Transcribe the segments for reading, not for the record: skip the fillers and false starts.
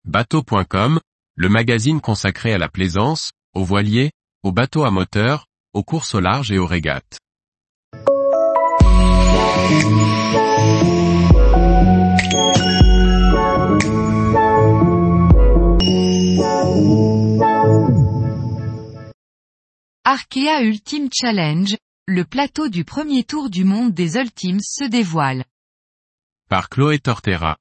Bateau.com, le magazine consacré à la plaisance, aux voiliers, aux bateaux à moteur, aux courses au large et aux régates. Arkea Ultime Challenge, le plateau du premier tour du monde des Ultimes se dévoile. Par Chloé Tortera.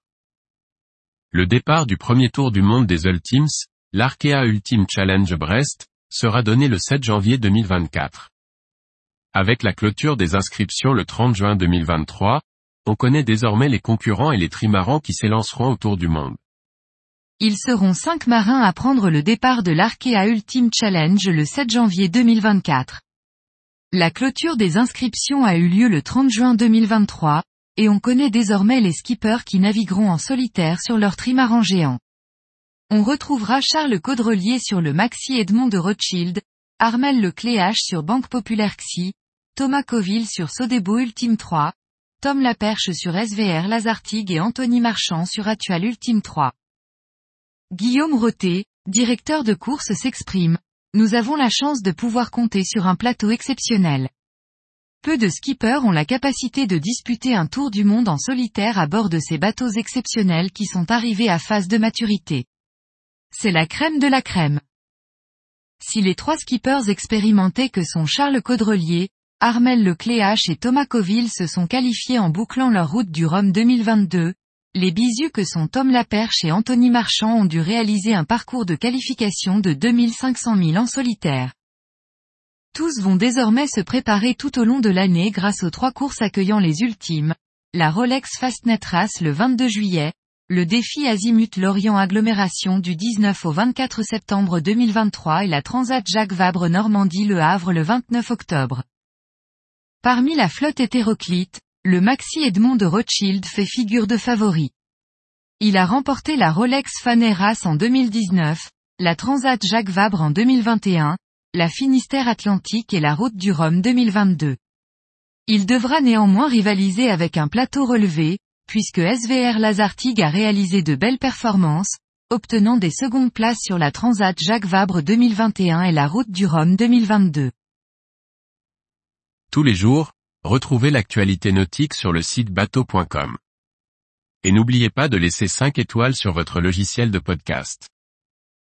Le départ du premier tour du monde des Ultimes, l'Arkea Ultime Challenge Brest, sera donné le 7 janvier 2024. Avec la clôture des inscriptions le 30 juin 2023, on connaît désormais les concurrents et les trimarans qui s'élanceront autour du monde. Ils seront 5 marins à prendre le départ de l'Arkea Ultime Challenge le 7 janvier 2024. La clôture des inscriptions a eu lieu le 30 juin 2023, et on connaît désormais les skippers qui navigueront en solitaire sur leur trimaran géant. On retrouvera Charles Caudrelier sur le Maxi Edmond de Rothschild, Armel Lecléache sur Banque Populaire XI, Thomas Coville sur Sodebo Ultime 3, Tom Laperche sur SVR Lazartigue et Anthony Marchand sur Atual Ultime 3. Guillaume Roté, directeur de course s'exprime. Nous avons la chance de pouvoir compter sur un plateau exceptionnel. Peu de skippers ont la capacité de disputer un tour du monde en solitaire à bord de ces bateaux exceptionnels qui sont arrivés à phase de maturité. C'est la crème de la crème. Si les 3 skippers expérimentés que sont Charles Caudrelier, Armel Lecléache et Thomas Coville se sont qualifiés en bouclant leur route du Rhum 2022, les bisus que sont Tom Laperche et Anthony Marchand ont dû réaliser un parcours de qualification de 2500 milles en solitaire. Tous vont désormais se préparer tout au long de l'année grâce aux 3 courses accueillant les ultimes, la Rolex Fastnet Race le 22 juillet, le défi Azimut Lorient Agglomération du 19 au 24 septembre 2023 et la Transat Jacques Vabre Normandie Le Havre le 29 octobre. Parmi la flotte hétéroclite, le Maxi Edmond de Rothschild fait figure de favori. Il a remporté la Rolex Fanny Race en 2019, la Transat Jacques Vabre en 2021, la Finistère Atlantique et la Route du Rhum 2022. Il devra néanmoins rivaliser avec un plateau relevé, puisque SVR Lazartigue a réalisé de belles performances, obtenant des secondes places sur la Transat Jacques Vabre 2021 et la Route du Rhum 2022. Tous les jours, retrouvez l'actualité nautique sur le site bateau.com. Et n'oubliez pas de laisser 5 étoiles sur votre logiciel de podcast.